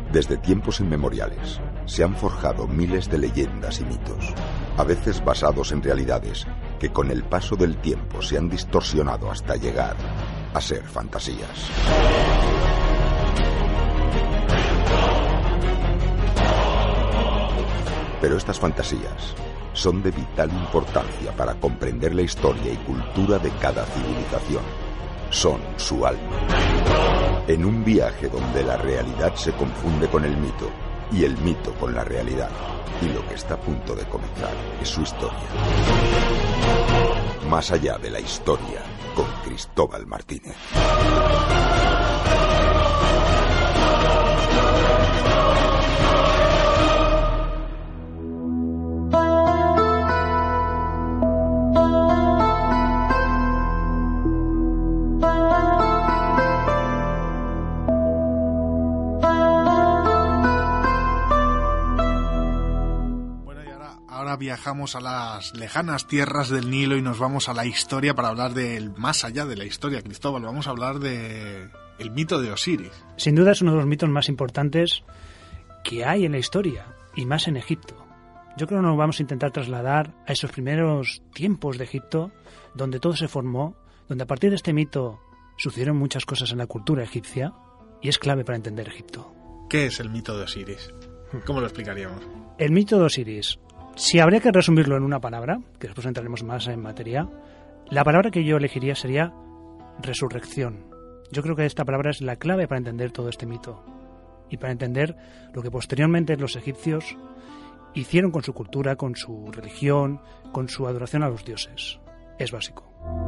Desde tiempos inmemoriales se han forjado miles de leyendas y mitos, a veces basados en realidades que con el paso del tiempo se han distorsionado hasta llegar a ser fantasías. Pero estas fantasías son de vital importancia para comprender la historia y cultura de cada civilización. Son su alma. En un viaje donde la realidad se confunde con el mito y el mito con la realidad, y lo que está a punto de comenzar es su historia. Más allá de la historia, con Cristóbal Martínez. Viajamos a las lejanas tierras del Nilo y nos vamos a la historia para hablar del más allá de la historia, Cristóbal. Vamos a hablar de el mito de Osiris. Sin duda es uno de los mitos más importantes que hay en la historia, y más en Egipto. Yo creo que nos vamos a intentar trasladar a esos primeros tiempos de Egipto, donde todo se formó, donde a partir de este mito sucedieron muchas cosas en la cultura egipcia, y es clave para entender Egipto. ¿Qué es el mito de Osiris? ¿Cómo lo explicaríamos? El mito de Osiris, si habría que resumirlo en una palabra, que después entraremos más en materia, la palabra que yo elegiría sería resurrección. Yo creo que esta palabra es la clave para entender todo este mito y para entender lo que posteriormente los egipcios hicieron con su cultura, con su religión, con su adoración a los dioses. Es básico.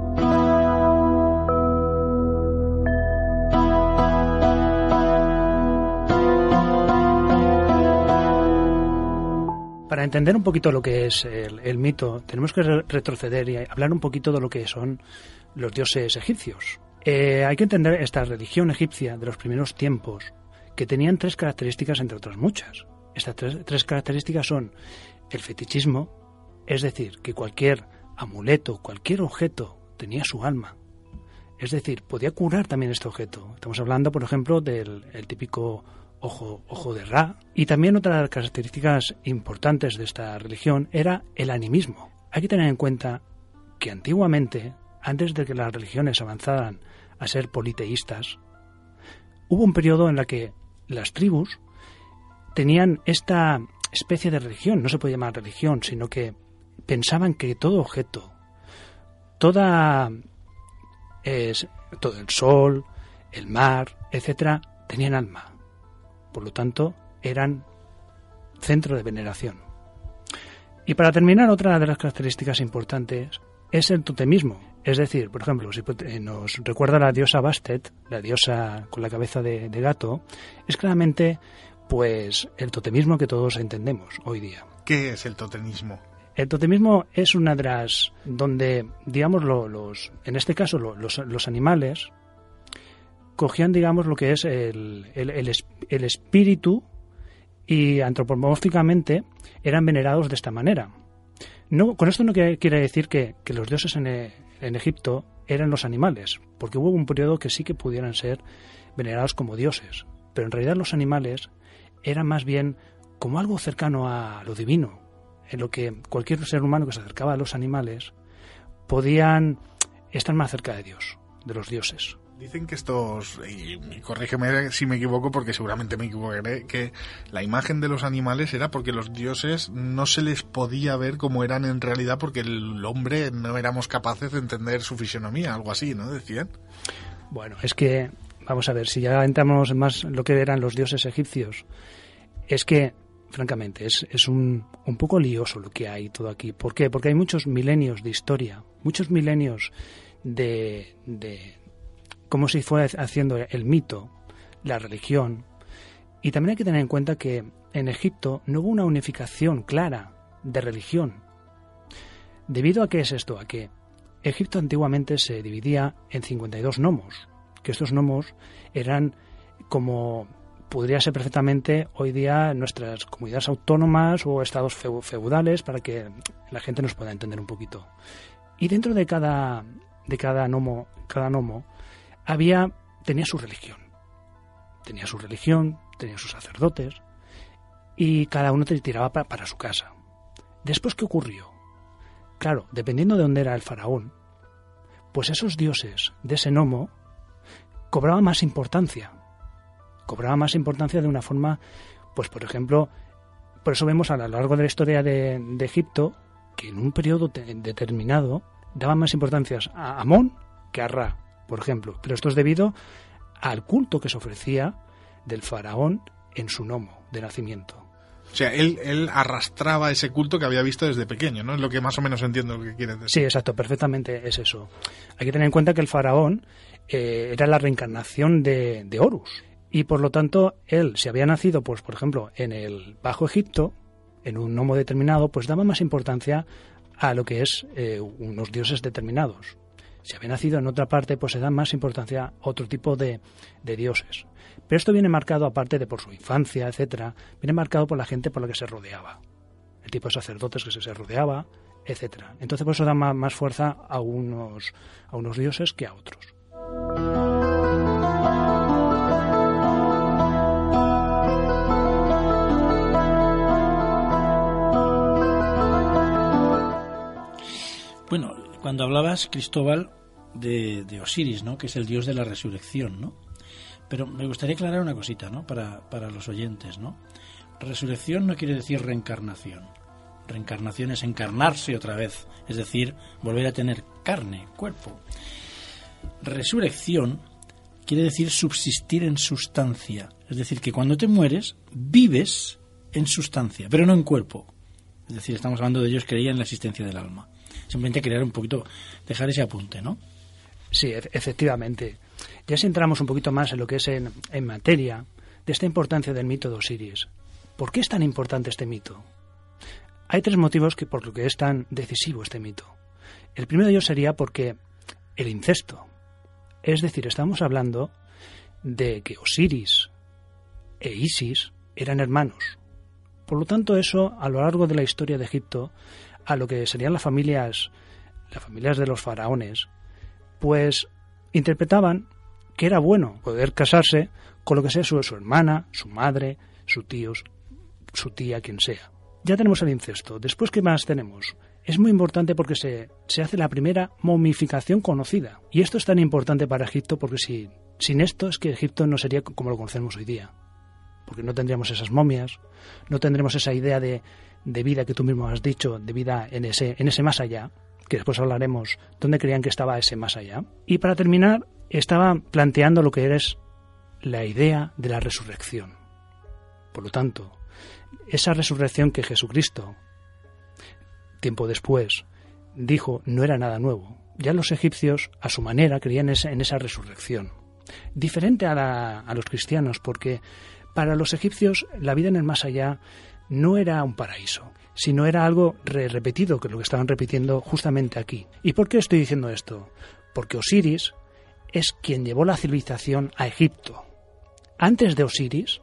Para entender un poquito lo que es el mito, tenemos que retroceder y hablar un poquito de lo que son los dioses egipcios. Hay que entender esta religión egipcia de los primeros tiempos, que tenían tres características entre otras muchas. Estas tres características son el fetichismo, es decir, que cualquier amuleto, cualquier objeto tenía su alma. Es decir, podía curar también este objeto. Estamos hablando, por ejemplo, del típico ojo de Ra. Y también otra de las características importantes de esta religión era el animismo. Hay que tener en cuenta que antiguamente, antes de que las religiones avanzaran a ser politeístas, hubo un periodo en el que las tribus tenían esta especie de religión. No se puede llamar religión, sino que pensaban que todo objeto, todo el sol, el mar, etcétera, tenían alma. Por lo tanto, eran centro de veneración. Y para terminar, otra de las características importantes es el totemismo. Es decir, por ejemplo, si nos recuerda la diosa Bastet, la diosa con la cabeza de gato, es claramente pues el totemismo que todos entendemos hoy día. ¿Qué es el totemismo? El totemismo es una de las donde, digamos, en este caso los animales cogían, digamos, lo que es el espíritu, y antropomórficamente eran venerados de esta manera. No, con esto no quiere decir que los dioses en Egipto eran los animales, porque hubo un periodo que sí que pudieran ser venerados como dioses, pero en realidad los animales eran más bien como algo cercano a lo divino, en lo que cualquier ser humano que se acercaba a los animales podían estar más cerca de Dios, de los dioses. Dicen que estos, y corrígeme si me equivoco porque seguramente me equivocaré, que la imagen de los animales era porque los dioses no se les podía ver como eran en realidad porque el hombre no éramos capaces de entender su fisionomía, algo así, ¿no? Decían. Bueno, es que, vamos a ver, si ya entramos más en lo que eran los dioses egipcios, es que, francamente, es un poco lioso lo que hay todo aquí. ¿Por qué? Porque hay muchos milenios de historia, muchos milenios de cómo se fue haciendo el mito, la religión. Y también hay que tener en cuenta que en Egipto no hubo una unificación clara de religión. ¿Debido a qué es esto? A que Egipto antiguamente se dividía en 52 nomos, que estos nomos eran como podría ser perfectamente hoy día nuestras comunidades autónomas o estados feudales, para que la gente nos pueda entender un poquito. Y dentro de cada nomo tenía su religión, tenían sus sacerdotes, y cada uno te tiraba para su casa. Después, ¿qué ocurrió? Claro, dependiendo de dónde era el faraón, pues esos dioses de ese gnomo cobraban más importancia. Cobraba más importancia de una forma, pues por ejemplo, por eso vemos a lo largo de la historia de Egipto que en un periodo determinado daban más importancia a Amón que a Ra, por ejemplo. Pero esto es debido al culto que se ofrecía del faraón en su gnomo de nacimiento. O sea, él arrastraba ese culto que había visto desde pequeño, ¿no? Es lo que más o menos entiendo lo que quieres decir. Sí, exacto, perfectamente es eso. Hay que tener en cuenta que el faraón era la reencarnación de Horus. Y por lo tanto, él, si había nacido, pues por ejemplo, en el Bajo Egipto, en un gnomo determinado, pues daba más importancia a lo que es unos dioses determinados. Si había nacido en otra parte, pues se da más importancia a otro tipo de dioses. Pero esto viene marcado, aparte de por su infancia, etcétera, viene marcado por la gente por la que se rodeaba. El tipo de sacerdotes que se rodeaba, etcétera. Entonces por eso da más fuerza a unos dioses que a otros. Bueno, cuando hablabas, Cristóbal, de Osiris, ¿no? Que es el dios de la resurrección, ¿no? Pero me gustaría aclarar una cosita, ¿no? Para los oyentes, ¿no? Resurrección no quiere decir reencarnación. Reencarnación es encarnarse otra vez, es decir, volver a tener carne, cuerpo. Resurrección quiere decir subsistir en sustancia, es decir, que cuando te mueres vives en sustancia, pero no en cuerpo. Es decir, estamos hablando de ellos que creían en la existencia del alma. Simplemente crear un poquito, dejar ese apunte, ¿no? Sí, efectivamente. Ya si entramos un poquito más en lo que es en materia de esta importancia del mito de Osiris. ¿Por qué es tan importante este mito? Hay 3 motivos por lo que es tan decisivo este mito. El primero de ellos sería porque el incesto. Es decir, estamos hablando de que Osiris e Isis eran hermanos. Por lo tanto, eso, a lo largo de la historia de Egipto, a lo que serían las familias de los faraones, pues interpretaban que era bueno poder casarse con lo que sea su hermana, su madre, su tío, su tía, quien sea. Ya tenemos el incesto. Después, ¿qué más tenemos? Es muy importante porque se hace la primera momificación conocida. Y esto es tan importante para Egipto porque sin esto es que Egipto no sería como lo conocemos hoy día. Porque no tendríamos esas momias, no tendremos esa idea de vida que tú mismo has dicho, de vida en ese más allá, que después hablaremos dónde creían que estaba ese más allá. Y para terminar, estaba planteando lo que es la idea de la resurrección. Por lo tanto, esa resurrección que Jesucristo, tiempo después, dijo no era nada nuevo. Ya los egipcios, a su manera, creían en esa resurrección. Diferente a los cristianos, porque para los egipcios la vida en el más allá no era un paraíso, sino era algo repetido, que es lo que estaban repitiendo justamente aquí. ¿Y por qué estoy diciendo esto? Porque Osiris es quien llevó la civilización a Egipto. Antes de Osiris,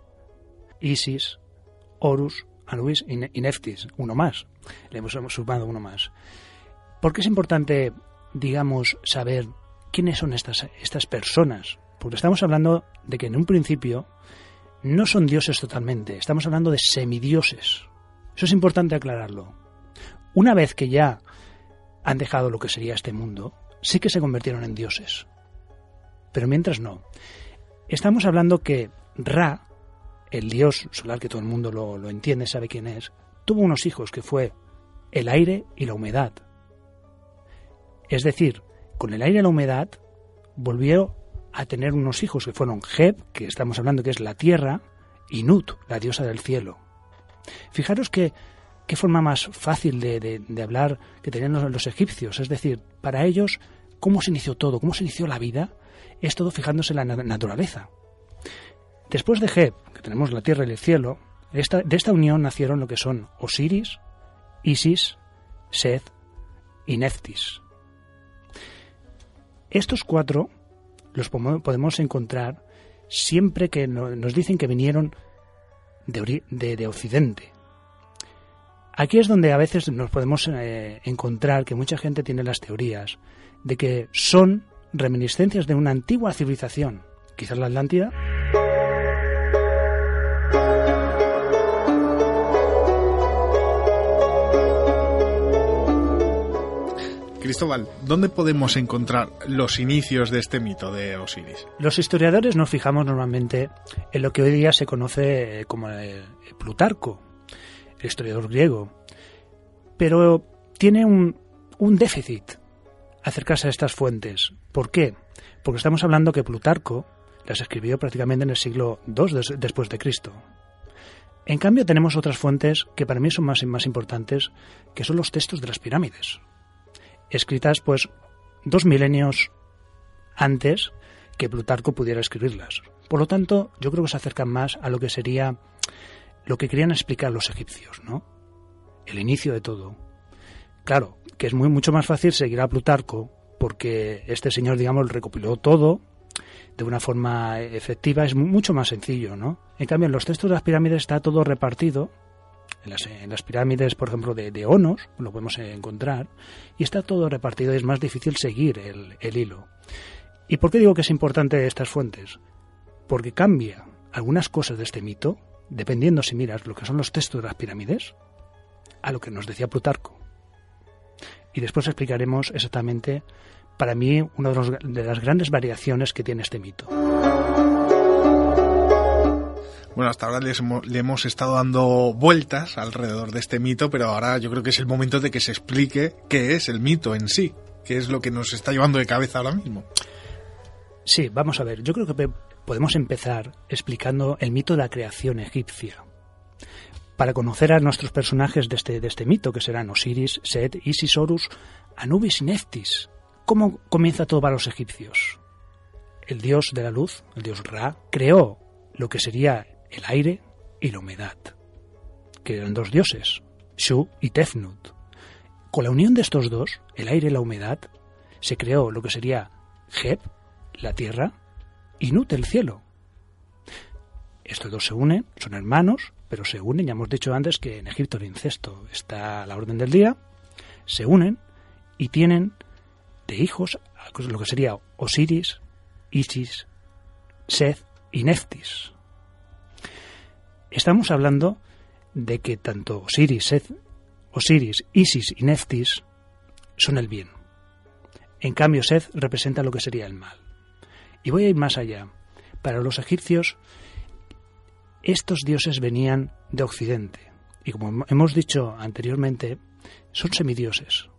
Isis, Horus, Anubis y Neftis, uno más. Le hemos sumado uno más. ¿Por qué es importante, digamos, saber quiénes son estas personas? Porque estamos hablando de que en un principio no son dioses totalmente, estamos hablando de semidioses. Eso es importante aclararlo. Una vez que ya han dejado lo que sería este mundo, sí que se convirtieron en dioses. Pero mientras no. Estamos hablando que Ra, el dios solar que todo el mundo lo entiende, sabe quién es, tuvo unos hijos que fue el aire y la humedad. Es decir, con el aire y la humedad volvió a tener unos hijos que fueron Geb, que estamos hablando que es la tierra, y Nut, la diosa del cielo. Fijaros qué forma más fácil de hablar que tenían los egipcios. Es decir, para ellos, cómo se inició todo, cómo se inició la vida, es todo fijándose en la naturaleza. Después de Geb, que tenemos la tierra y el cielo, de esta unión nacieron lo que son Osiris, Isis, Seth y Neftis. Estos 4 los podemos encontrar siempre que nos dicen que vinieron de Occidente. Aquí es donde a veces nos podemos encontrar que mucha gente tiene las teorías de que son reminiscencias de una antigua civilización, quizás la Atlántida, Cristóbal, ¿dónde podemos encontrar los inicios de este mito de Osiris? Los historiadores nos fijamos normalmente en lo que hoy día se conoce como Plutarco, el historiador griego, pero tiene un déficit acercarse a estas fuentes. ¿Por qué? Porque estamos hablando que Plutarco las escribió prácticamente en el siglo II después de Cristo. En cambio tenemos otras fuentes que para mí son más importantes, que son los textos de las pirámides, escritas pues 2 milenios antes que Plutarco pudiera escribirlas. Por lo tanto, yo creo que se acercan más a lo que sería lo que querían explicar los egipcios, ¿no? El inicio de todo. Claro, que es mucho más fácil seguir a Plutarco, porque este señor, digamos, recopiló todo de una forma efectiva, es mucho más sencillo, ¿no? En cambio, en los textos de las pirámides está todo repartido. En las pirámides, por ejemplo, de Onos, lo podemos encontrar, y está todo repartido y es más difícil seguir el hilo. ¿Y por qué digo que es importante estas fuentes? Porque cambia algunas cosas de este mito, dependiendo si miras lo que son los textos de las pirámides, a lo que nos decía Plutarco. Y después explicaremos exactamente, para mí, una de las grandes variaciones que tiene este mito. Bueno, hasta ahora le hemos estado dando vueltas alrededor de este mito, pero ahora yo creo que es el momento de que se explique qué es el mito en sí, qué es lo que nos está llevando de cabeza ahora mismo. Sí, vamos a ver, yo creo que podemos empezar explicando el mito de la creación egipcia, para conocer a nuestros personajes de este mito, que serán Osiris, Set, Isis, Horus, Anubis y Neftis. ¿Cómo comienza todo para los egipcios? El dios de la luz, el dios Ra, creó lo que sería el aire y la humedad, que eran 2 dioses, Shu y Tefnut. Con la unión de estos dos, el aire y la humedad, se creó lo que sería Geb, la tierra, y Nut, el cielo. Estos dos se unen, son hermanos, pero se unen, ya hemos dicho antes que en Egipto el incesto está a la orden del día, se unen y tienen de hijos lo que sería Osiris, Isis, Seth y Neftis. Estamos hablando de que tanto Osiris, Isis y Neftis son el bien. En cambio, Seth representa lo que sería el mal. Y voy a ir más allá. Para los egipcios, estos dioses venían de Occidente. Y como hemos dicho anteriormente, son semidioses.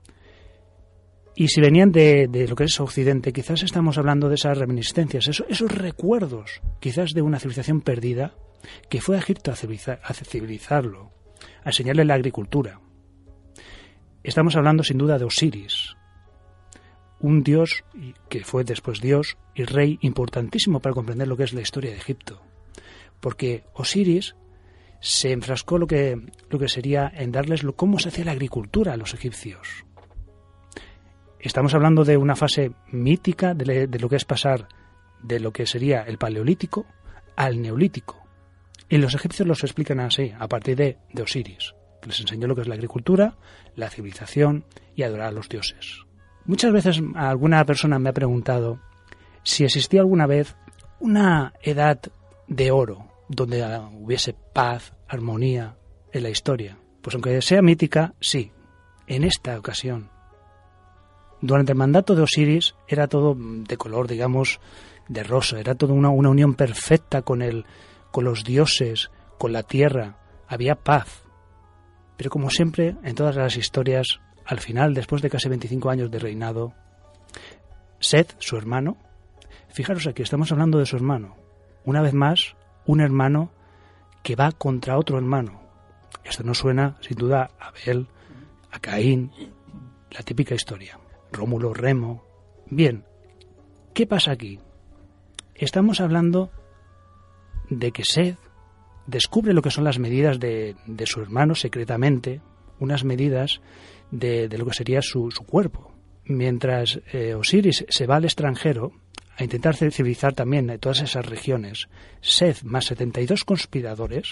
Y si venían de lo que es Occidente, quizás estamos hablando de esas reminiscencias, esos recuerdos, quizás de una civilización perdida, que fue a Egipto a civilizarlo, a enseñarle la agricultura. Estamos hablando sin duda de Osiris, un dios que fue después dios y rey importantísimo para comprender lo que es la historia de Egipto. Porque Osiris se enfrascó lo que sería en darles cómo se hacía la agricultura a los egipcios. Estamos hablando de una fase mítica de lo que es pasar de lo que sería el Paleolítico al Neolítico. Y los egipcios los explican así, a partir de Osiris, que les enseñó lo que es la agricultura, la civilización y adorar a los dioses. Muchas veces alguna persona me ha preguntado si existía alguna vez una edad de oro donde hubiese paz, armonía en la historia. Pues aunque sea mítica, sí, en esta ocasión. Durante el mandato de Osiris era todo de color, digamos, de rosa, era todo una unión perfecta con los dioses, con la tierra, había paz. Pero como siempre, en todas las historias, al final, después de casi 25 años de reinado, Seth, su hermano, fijaros aquí, estamos hablando de su hermano, una vez más, un hermano que va contra otro hermano. Esto nos suena, sin duda, a Abel, a Caín, la típica historia. Rómulo, Remo. Bien, ¿qué pasa aquí? Estamos hablando de que Seth descubre lo que son las medidas de su hermano secretamente, unas medidas de lo que sería su cuerpo. Mientras Osiris se va al extranjero a intentar civilizar también todas esas regiones, Seth más 72 conspiradores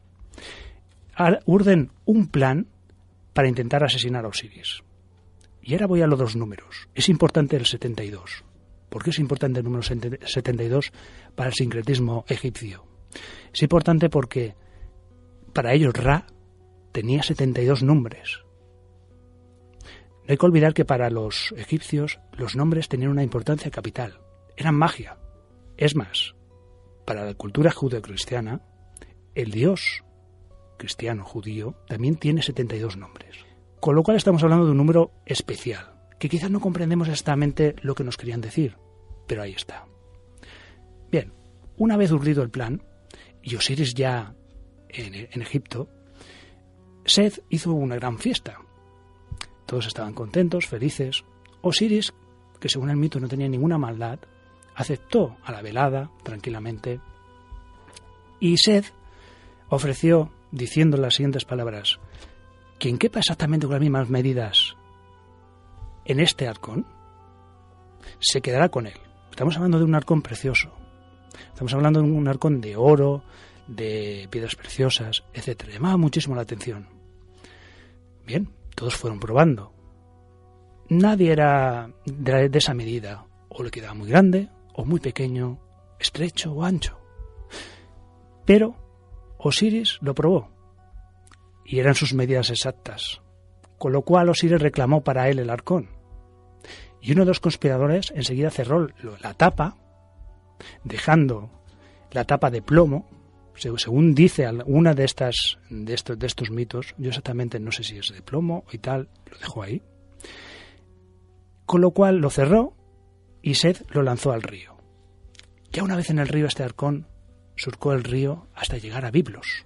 urden un plan para intentar asesinar a Osiris. Y ahora voy a los 2 números. Es importante el 72. ¿Por qué es importante el número 72 para el sincretismo egipcio? Es importante porque para ellos Ra tenía 72 nombres. hay que olvidar que para los egipcios los nombres tenían una importancia capital. Eran magia. Es más, para la cultura judeocristiana, el Dios cristiano judío también tiene 72 nombres. Con lo cual estamos hablando de un número especial, que quizás no comprendemos exactamente lo que nos querían decir, pero ahí está. Bien, una vez urdido el plan, y Osiris ya en Egipto, Seth hizo una gran fiesta. Todos estaban contentos, felices. Osiris, que según el mito no tenía ninguna maldad, aceptó a la velada tranquilamente. Y Seth ofreció, diciendo las siguientes palabras: quien quepa exactamente con las mismas medidas en este arcón, se quedará con él. Estamos hablando de un arcón precioso. Estamos hablando de un arcón de oro, de piedras preciosas, etc. Llamaba muchísimo la atención. Bien, todos fueron probando. Nadie era de esa medida. O le quedaba muy grande, o muy pequeño, estrecho o ancho. Pero Osiris lo probó. Y eran sus medidas exactas. Con lo cual Osiris reclamó para él el arcón. Y uno de los conspiradores enseguida cerró la tapa, dejando la tapa de plomo, según dice una de estos mitos. Yo exactamente no sé si es de plomo y tal, lo dejó ahí. Con lo cual lo cerró y Seth lo lanzó al río. Ya una vez en el río, este arcón surcó el río hasta llegar a Biblos,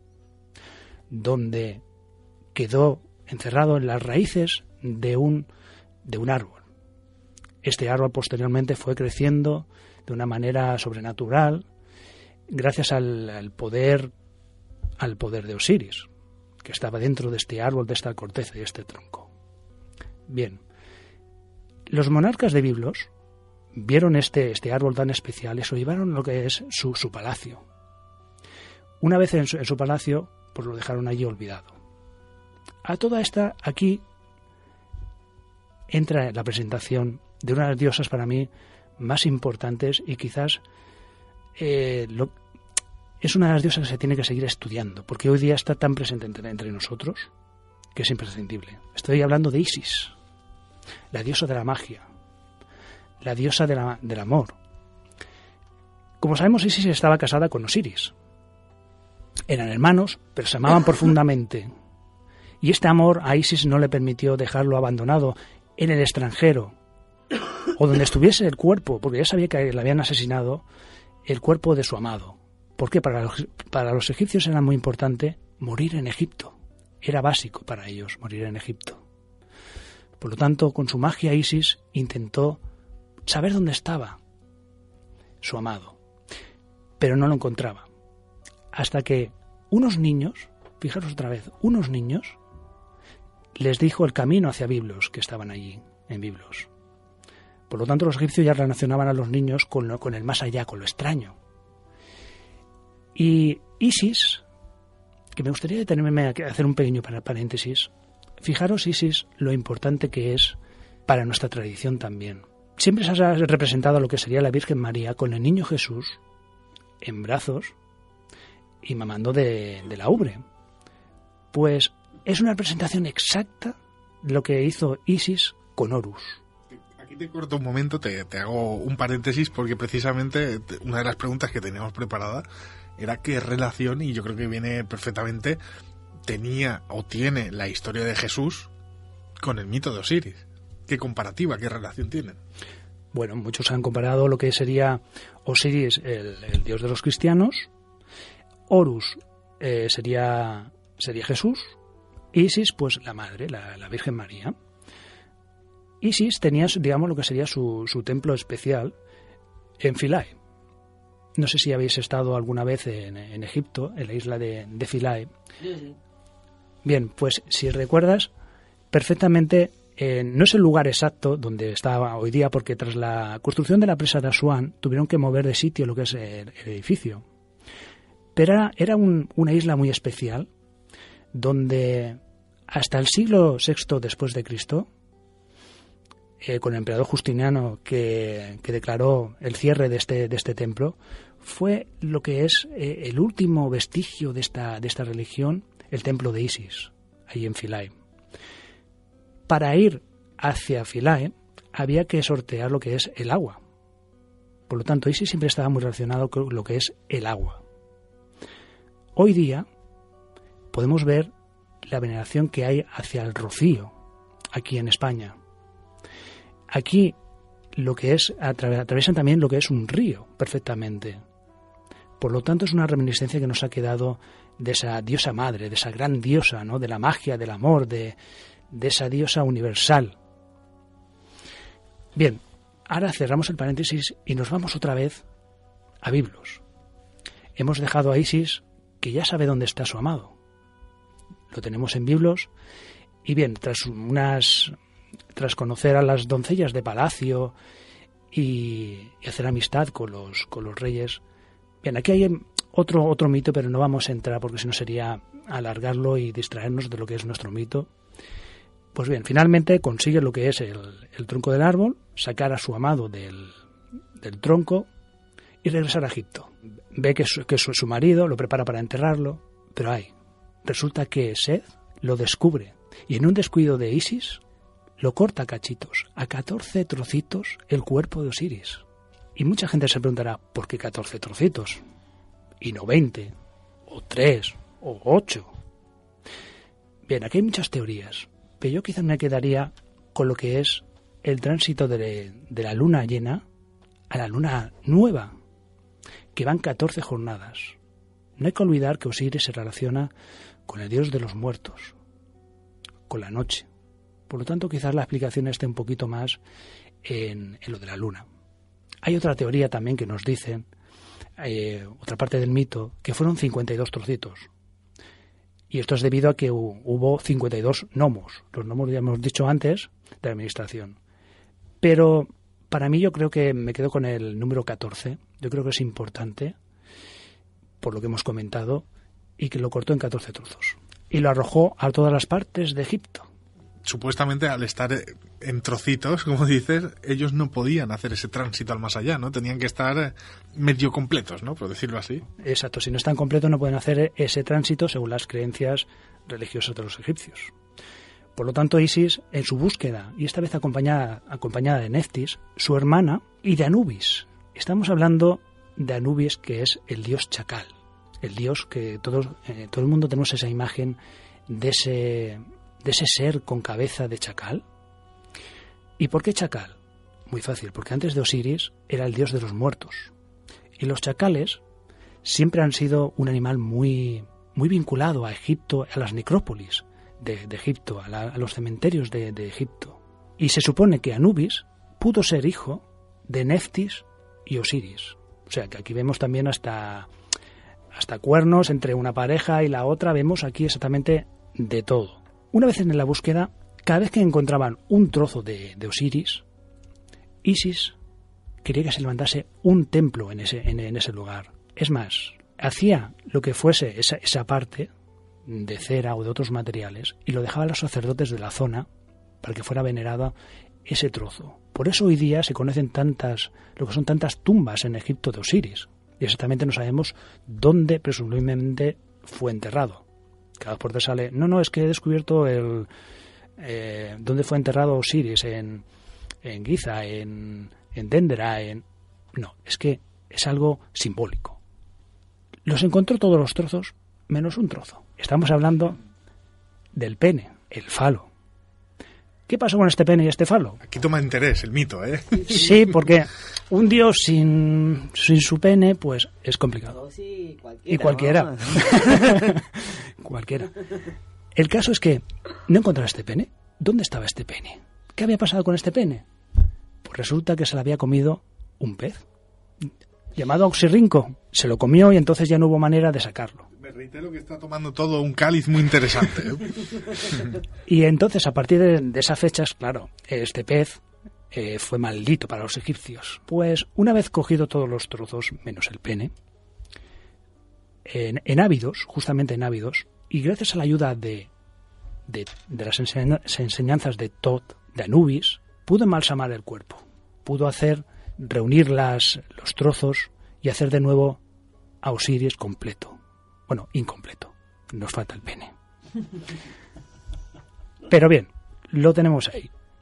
donde quedó encerrado en las raíces de un árbol. Este árbol posteriormente fue creciendo de una manera sobrenatural gracias al poder de Osiris, que estaba dentro de este árbol, de esta corteza y este tronco. Bien, los monarcas de Biblos vieron este árbol tan especial y se lo llevaron a lo que es su palacio. Una vez en su palacio, pues lo dejaron allí olvidado. A toda esta, aquí entra la presentación de una de las diosas para mí más importantes y quizás es una de las diosas que se tiene que seguir estudiando, porque hoy día está tan presente entre nosotros que es imprescindible. Estoy hablando de Isis, la diosa de la magia, la diosa del amor. Como sabemos, Isis estaba casada con Osiris. Eran hermanos, pero se amaban profundamente. Y este amor a Isis no le permitió dejarlo abandonado en el extranjero, o donde estuviese el cuerpo, porque ya sabía que le habían asesinado el cuerpo de su amado. Porque para los egipcios era muy importante morir en Egipto. Era básico para ellos morir en Egipto. Por lo tanto, con su magia Isis intentó saber dónde estaba su amado, pero no lo encontraba. Hasta que unos niños, fijaros otra vez, unos niños les dijo el camino hacia Biblos, que estaban allí, en Biblos. Por lo tanto, los egipcios ya relacionaban a los niños con el más allá, con lo extraño. Y Isis, que me gustaría detenerme a hacer un pequeño paréntesis, fijaros Isis lo importante que es para nuestra tradición también. Siempre se ha representado lo que sería la Virgen María con el niño Jesús en brazos y mamando de la ubre. Pues es una representación exacta de lo que hizo Isis con Horus. Aquí te corto un momento, te hago un paréntesis, porque precisamente una de las preguntas que teníamos preparada era qué relación, y yo creo que viene perfectamente, tenía o tiene la historia de Jesús con el mito de Osiris. ¿Qué comparativa, qué relación tienen? Bueno, muchos han comparado lo que sería Osiris, el dios de los cristianos, Horus sería Jesús, Isis, pues la madre, la Virgen María. Isis tenía, digamos, lo que sería su templo especial en Philae. No sé si habéis estado alguna vez en Egipto, en la isla de Philae. Sí. Bien, pues si recuerdas perfectamente, no es el lugar exacto donde estaba hoy día, porque tras la construcción de la presa de Asuán tuvieron que mover de sitio lo que es el edificio. Pero era una isla muy especial, donde hasta el siglo VI después de Cristo, con el emperador Justiniano que declaró el cierre de este templo, fue lo que es el último vestigio de esta religión, el templo de Isis, ahí en Philae. Para ir hacia Philae había que sortear lo que es el agua. Por lo tanto, Isis siempre estaba muy relacionado con lo que es el agua. Hoy día podemos ver la veneración que hay hacia el rocío aquí en España. Aquí lo que es atraviesan también lo que es un río perfectamente. Por lo tanto, es una reminiscencia que nos ha quedado de esa diosa madre, de esa gran diosa, ¿no? De la magia, del amor, de esa diosa universal. Bien, ahora cerramos el paréntesis y nos vamos otra vez a Biblos. Hemos dejado a Isis, que ya sabe dónde está su amado. Lo tenemos en Biblos. Y bien, tras conocer a las doncellas de palacio y hacer amistad con los reyes. Bien, aquí hay otro mito, pero no vamos a entrar porque si no sería alargarlo y distraernos de lo que es nuestro mito. Pues bien, finalmente consigue lo que es el tronco del árbol, sacar a su amado del tronco y regresar a Egipto. Ve que su marido lo prepara para enterrarlo, pero resulta que Seth lo descubre y en un descuido de Isis lo corta a cachitos, a 14 trocitos, el cuerpo de Osiris. Y mucha gente se preguntará, ¿por qué 14 trocitos? Y no 20, o 3, o 8. Bien, aquí hay muchas teorías, pero yo quizás me quedaría con lo que es el tránsito de la luna llena a la luna nueva, que van 14 jornadas. No hay que olvidar que Osiris se relaciona con el dios de los muertos, con la noche. Por lo tanto, quizás la explicación esté un poquito más en lo de la luna. Hay otra teoría también que nos dicen, otra parte del mito, que fueron 52 trocitos. Y esto es debido a que hubo 52 gnomos. Los gnomos ya hemos dicho antes de la administración. Pero para mí yo creo que me quedo con el número 14. Yo creo que es importante, por lo que hemos comentado, y que lo cortó en 14 trozos. Y lo arrojó a todas las partes de Egipto. Supuestamente al estar en trocitos, como dices, ellos no podían hacer ese tránsito al más allá, ¿no? Tenían que estar medio completos, ¿no? Por decirlo así. Exacto, si no están completos no pueden hacer ese tránsito según las creencias religiosas de los egipcios. Por lo tanto, Isis, en su búsqueda, y esta vez acompañada de Neftis, su hermana, y de Anubis. Estamos hablando de Anubis, que es el dios chacal. El dios que todo el mundo tenemos esa imagen de ese ser con cabeza de chacal. ¿Y por qué chacal? Muy fácil, porque antes de Osiris era el dios de los muertos. Y los chacales siempre han sido un animal muy, muy vinculado a Egipto, a las necrópolis de Egipto, a los cementerios de Egipto. Y se supone que Anubis pudo ser hijo de Neftis y Osiris. O sea, que aquí vemos también hasta cuernos entre una pareja y la otra, vemos aquí exactamente de todo. Una vez en la búsqueda, cada vez que encontraban un trozo de Osiris, Isis quería que se levantase un templo en ese lugar. Es más, hacía lo que fuese esa parte de cera o de otros materiales y lo dejaba a los sacerdotes de la zona para que fuera venerado ese trozo. Por eso hoy día se conocen lo que son tantas tumbas en Egipto de Osiris. Y exactamente no sabemos dónde presumiblemente fue enterrado. Cada puerta sale, no, es que he descubierto dónde fue enterrado Osiris, en Giza, en Dendera, No, es que es algo simbólico. Los encontró todos los trozos, menos un trozo. Estamos hablando del pene, el falo. ¿Qué pasó con este pene y este falo? Aquí toma interés el mito, ¿eh? Sí, porque un dios sin su pene, pues es complicado. Sí, y cualquiera. Cualquiera. El caso es que no encontraba este pene. ¿Dónde estaba este pene? ¿Qué había pasado con este pene? Pues resulta que se lo había comido un pez llamado Oxirrinco. Se lo comió y entonces ya no hubo manera de sacarlo. Me reitero que está tomando todo un cáliz muy interesante, ¿eh? Y entonces, a partir de esas fechas, claro, este pez fue maldito para los egipcios. Pues una vez cogido todos los trozos, menos el pene, en Ábidos, justamente en Ábidos, y gracias a la ayuda de las enseñanzas de Tot, de Anubis, pudo embalsamar el cuerpo. Pudo reunir los trozos y hacer de nuevo a Osiris completo. Bueno, incompleto. Nos falta el pene. Pero bien, lo tenemos ahí.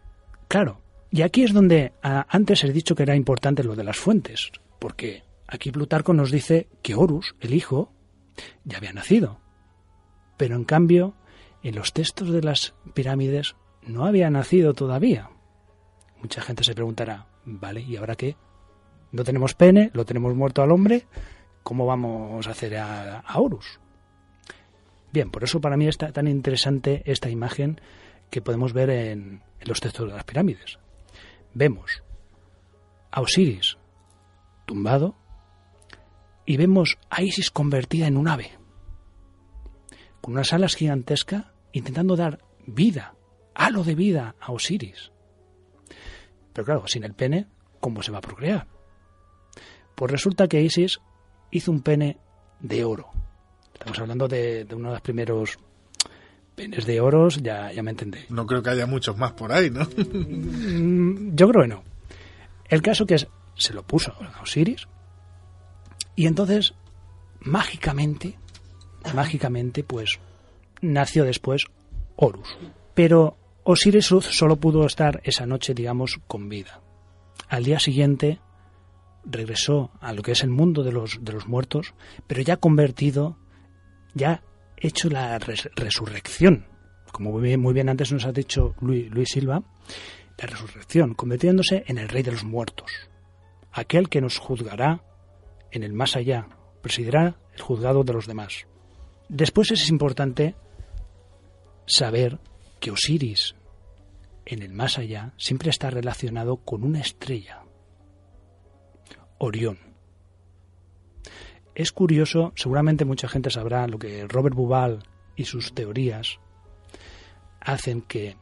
Claro, y aquí es donde antes he dicho que era importante lo de las fuentes, porque aquí Plutarco nos dice que Horus, el hijo, ya había nacido. Pero en cambio, en los textos de las pirámides no había nacido todavía. Mucha gente se preguntará, vale, ¿y ahora qué? No tenemos pene, lo tenemos muerto al hombre, ¿cómo vamos a hacer a Horus? Bien, por eso para mí está tan interesante esta imagen que podemos ver en los textos de las pirámides. Vemos a Osiris tumbado y vemos a Isis convertida en un ave, con unas alas gigantescas, intentando dar vida, halo de vida a Osiris. Pero claro, sin el pene, ¿cómo se va a procrear? Pues resulta que Isis hizo un pene de oro. Estamos hablando de uno de los primeros penes de oro, ya me entendéis. No creo que haya muchos más por ahí, ¿no? Yo creo que no. El caso que se lo puso a Osiris y entonces, mágicamente, pues, nació después Horus. Pero Osiris solo pudo estar esa noche, digamos, con vida. Al día siguiente regresó a lo que es el mundo de los muertos, pero ya convertido, ya hecho la resurrección. Como muy bien antes nos ha dicho Luis Silva, la resurrección, convirtiéndose en el rey de los muertos, aquel que nos juzgará en el más allá, presidirá el juzgado de los demás. Después es importante saber que Osiris, en el más allá, siempre está relacionado con una estrella, Orión. Es curioso, seguramente mucha gente sabrá lo que Robert Bauval y sus teorías hacen que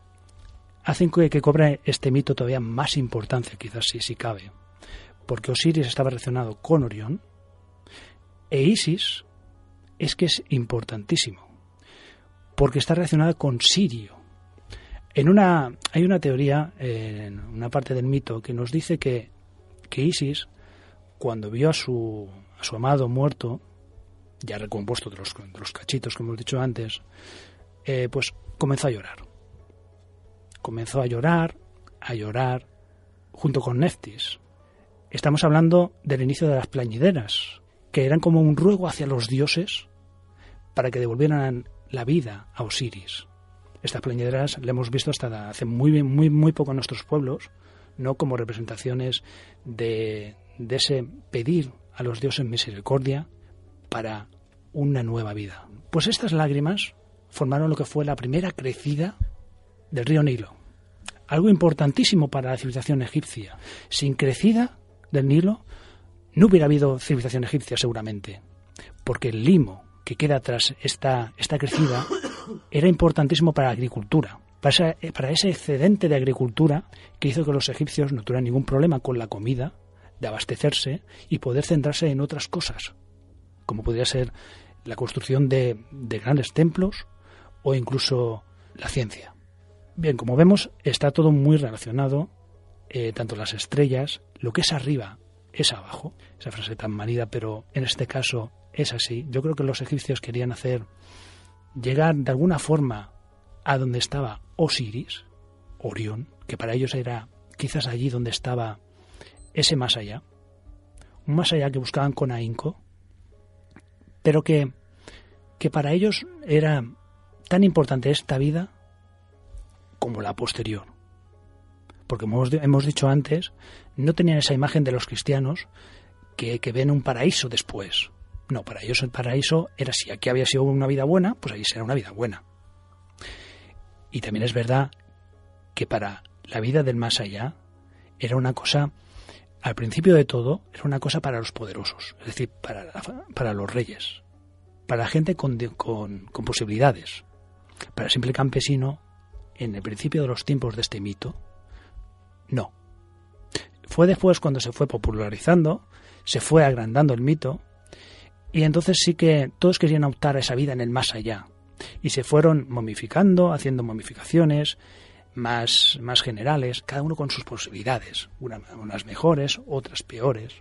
cobre este mito todavía más importancia, quizás si cabe, porque Osiris estaba relacionado con Orión e Isis es importantísimo, porque está relacionada con Sirio. Hay una teoría en una parte del mito que nos dice que Isis, cuando vio a su amado muerto, ya recompuesto de los cachitos que hemos dicho antes, pues comenzó a llorar. Comenzó a llorar junto con Neftis. Estamos hablando del inicio de las plañideras, que eran como un ruego hacia los dioses para que devolvieran la vida a Osiris. Estas plañideras las hemos visto hasta hace muy poco en nuestros pueblos, no como representaciones de ese pedir a los dioses misericordia para una nueva vida. Pues estas lágrimas formaron lo que fue la primera crecida del río Nilo. Algo importantísimo para la civilización egipcia. Sin crecida del Nilo no hubiera habido civilización egipcia seguramente, porque el limo que queda tras esta crecida era importantísimo para la agricultura, para ese excedente de agricultura que hizo que los egipcios no tuvieran ningún problema con la comida, de abastecerse y poder centrarse en otras cosas, como podría ser la construcción de grandes templos o incluso la ciencia. Bien, como vemos, está todo muy relacionado, tanto las estrellas, lo que es arriba es abajo, esa frase tan manida, pero en este caso es así. Yo creo que los egipcios querían llegar de alguna forma a donde estaba Osiris, Orión, que para ellos era quizás allí donde estaba ese más allá, un más allá que buscaban con ahínco, pero que para ellos era tan importante esta vida como la posterior. Porque como hemos dicho antes, no tenían esa imagen de los cristianos que ven un paraíso después. No, para ellos el paraíso era, si aquí había sido una vida buena, pues ahí será una vida buena. Y también es verdad que para la vida del más allá era una cosa, al principio de todo, era una cosa para los poderosos, es decir, para los reyes, para la gente con posibilidades. Para el simple campesino, en el principio de los tiempos de este mito, no. Fue después cuando se fue popularizando, se fue agrandando el mito, y entonces sí que todos querían optar a esa vida en el más allá, y se fueron momificando, haciendo momificaciones más generales, cada uno con sus posibilidades, unas mejores, otras peores.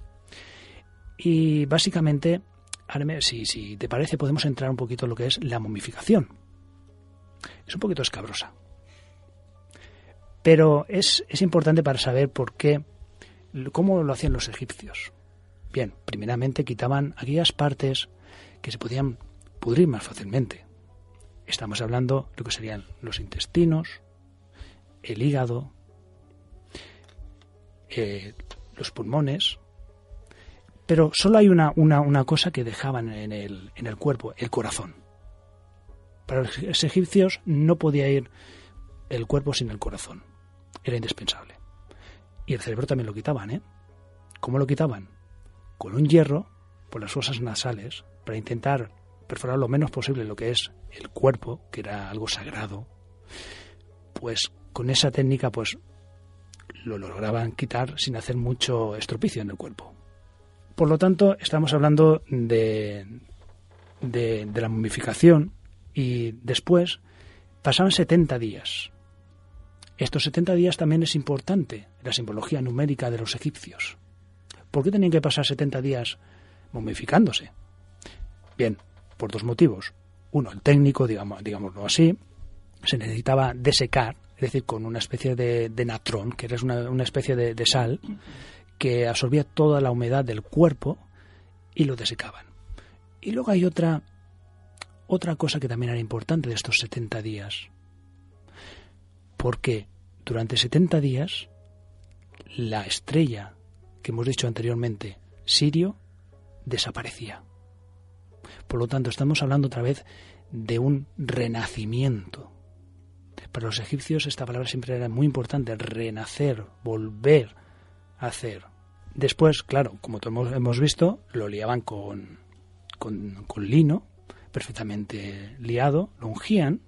Y básicamente, si te parece, podemos entrar un poquito en lo que es la momificación. Es un poquito escabrosa, Pero es importante para saber por qué, cómo lo hacían los egipcios. Bien, primeramente quitaban aquellas partes que se podían pudrir más fácilmente. Estamos hablando de lo que serían los intestinos, el hígado, los pulmones. Pero solo hay una cosa que dejaban en el cuerpo, el corazón. Para los egipcios no podía ir el cuerpo sin el corazón. Era indispensable. Y el cerebro también lo quitaban, ¿eh? ¿Cómo lo quitaban? Con un hierro por las fosas nasales para intentar perforar lo menos posible lo que es el cuerpo, que era algo sagrado. Pues con esa técnica pues lo lograban quitar sin hacer mucho estropicio en el cuerpo. Por lo tanto, estamos hablando de la momificación y después pasaban 70 días. Estos 70 días también es importante, la simbología numérica de los egipcios. ¿Por qué tenían que pasar 70 días momificándose? Bien, por dos motivos. Uno, el técnico, digámoslo así, se necesitaba desecar, es decir, con una especie de natrón, que era una especie de sal, que absorbía toda la humedad del cuerpo y lo desecaban. Y luego hay otra cosa que también era importante de estos 70 días. Porque durante 70 días la estrella que hemos dicho anteriormente, Sirio, desaparecía. Por lo tanto, estamos hablando otra vez de un renacimiento. Para los egipcios esta palabra siempre era muy importante, renacer, volver a hacer. Después, claro, como hemos visto, lo liaban con lino, perfectamente liado, lo ungían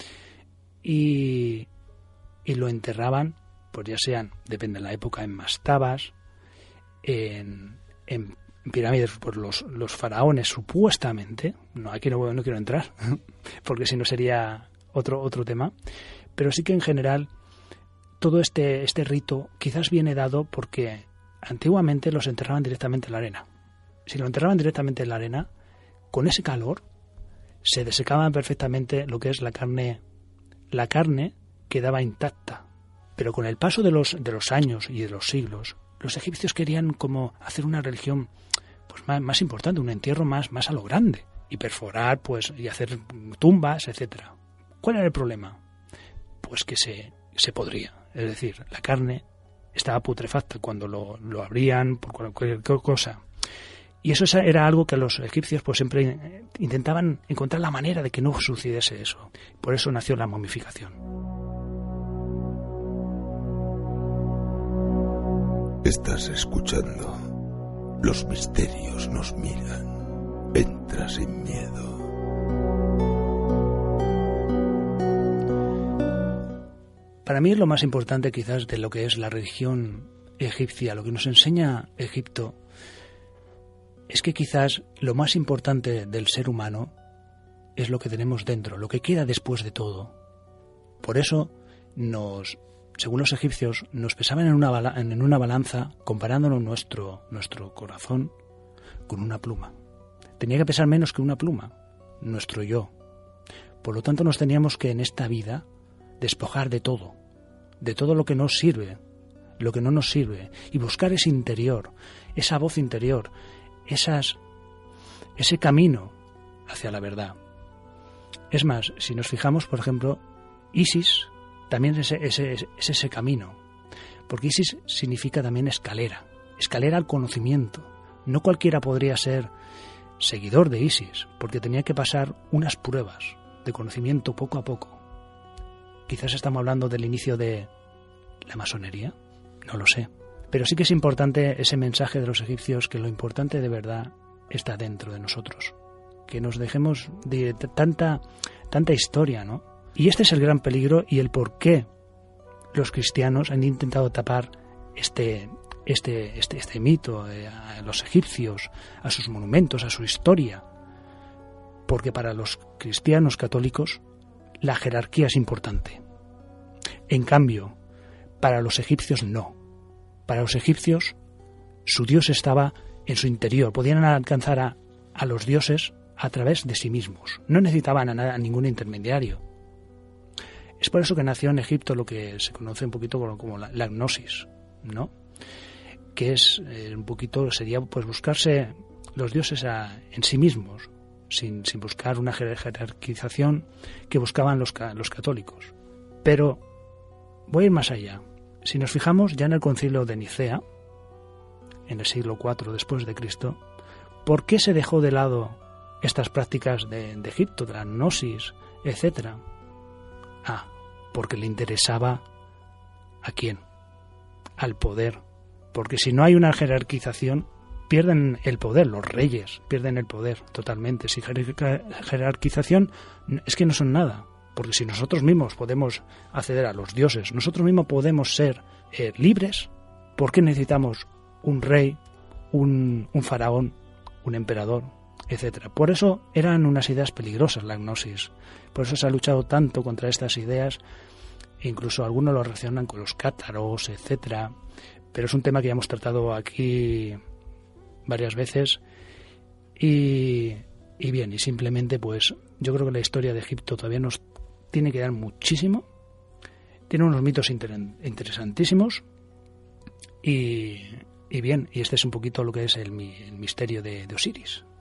y lo enterraban, pues ya sean, depende de la época, en mastabas, en pirámides por los faraones, supuestamente. No, aquí no quiero entrar, porque si no sería otro tema. Pero sí que en general todo este rito quizás viene dado porque antiguamente los enterraban directamente en la arena. Si lo enterraban directamente en la arena, con ese calor se desecaban perfectamente lo que es la carne. La carne quedaba intacta, pero con el paso de los años y de los siglos, los egipcios querían como hacer una religión pues más importante, un entierro más a lo grande, y perforar pues y hacer tumbas, etcétera. ¿Cuál era el problema? Pues que se podría, es decir, la carne estaba putrefacta cuando lo abrían por cualquier cosa. Y eso era algo que los egipcios pues siempre intentaban encontrar la manera de que no sucediese eso. Por eso nació la momificación. Estás escuchando. Los misterios nos miran. Entra sin miedo. Para mí es lo más importante quizás de lo que es la religión egipcia, lo que nos enseña Egipto, es que quizás lo más importante del ser humano es lo que tenemos dentro, lo que queda después de todo. Por eso según los egipcios, nos pesaban en una balanza comparándonos nuestro corazón con una pluma. Tenía que pesar menos que una pluma, nuestro yo. Por lo tanto, nos teníamos que en esta vida despojar de todo lo que nos sirve, lo que no nos sirve, y buscar ese interior, esa voz interior, ese camino hacia la verdad. Es más, si nos fijamos, por ejemplo, Isis también es ese camino, porque Isis significa también escalera al conocimiento. No cualquiera podría ser seguidor de Isis, porque tenía que pasar unas pruebas de conocimiento poco a poco. Quizás estamos hablando del inicio de la masonería, no lo sé. Pero sí que es importante ese mensaje de los egipcios, que lo importante de verdad está dentro de nosotros. Que nos dejemos de tanta historia, ¿no? Y este es el gran peligro y el por qué los cristianos han intentado tapar este mito a los egipcios, a sus monumentos, a su historia. Porque para los cristianos católicos la jerarquía es importante. En cambio, para los egipcios no. Para los egipcios su Dios estaba en su interior. Podían alcanzar a los dioses a través de sí mismos. No necesitaban a ningún intermediario. Es por eso que nació en Egipto lo que se conoce un poquito como la gnosis, ¿no? Que es un poquito, sería pues buscarse los dioses en sí mismos, sin buscar una jerarquización que buscaban los católicos. Pero voy a ir más allá. Si nos fijamos ya en el Concilio de Nicea, en el siglo IV después de Cristo, ¿por qué se dejó de lado estas prácticas de Egipto, de la gnosis, etcétera? Porque le interesaba ¿a quién? Al poder. Porque si no hay una jerarquización, pierden el poder, los reyes pierden el poder totalmente. Si jerarquización es que no son nada, porque si nosotros mismos podemos acceder a los dioses, nosotros mismos podemos ser libres, ¿por qué necesitamos un rey, un faraón, un emperador, etcétera? Por eso eran unas ideas peligrosas la gnosis, por eso se ha luchado tanto contra estas ideas, incluso algunos lo relacionan con los cátaros, etcétera, pero es un tema que ya hemos tratado aquí varias veces y bien, y simplemente pues yo creo que la historia de Egipto todavía nos tiene que dar muchísimo, tiene unos mitos interesantísimos y bien, y este es un poquito lo que es el misterio de Osiris.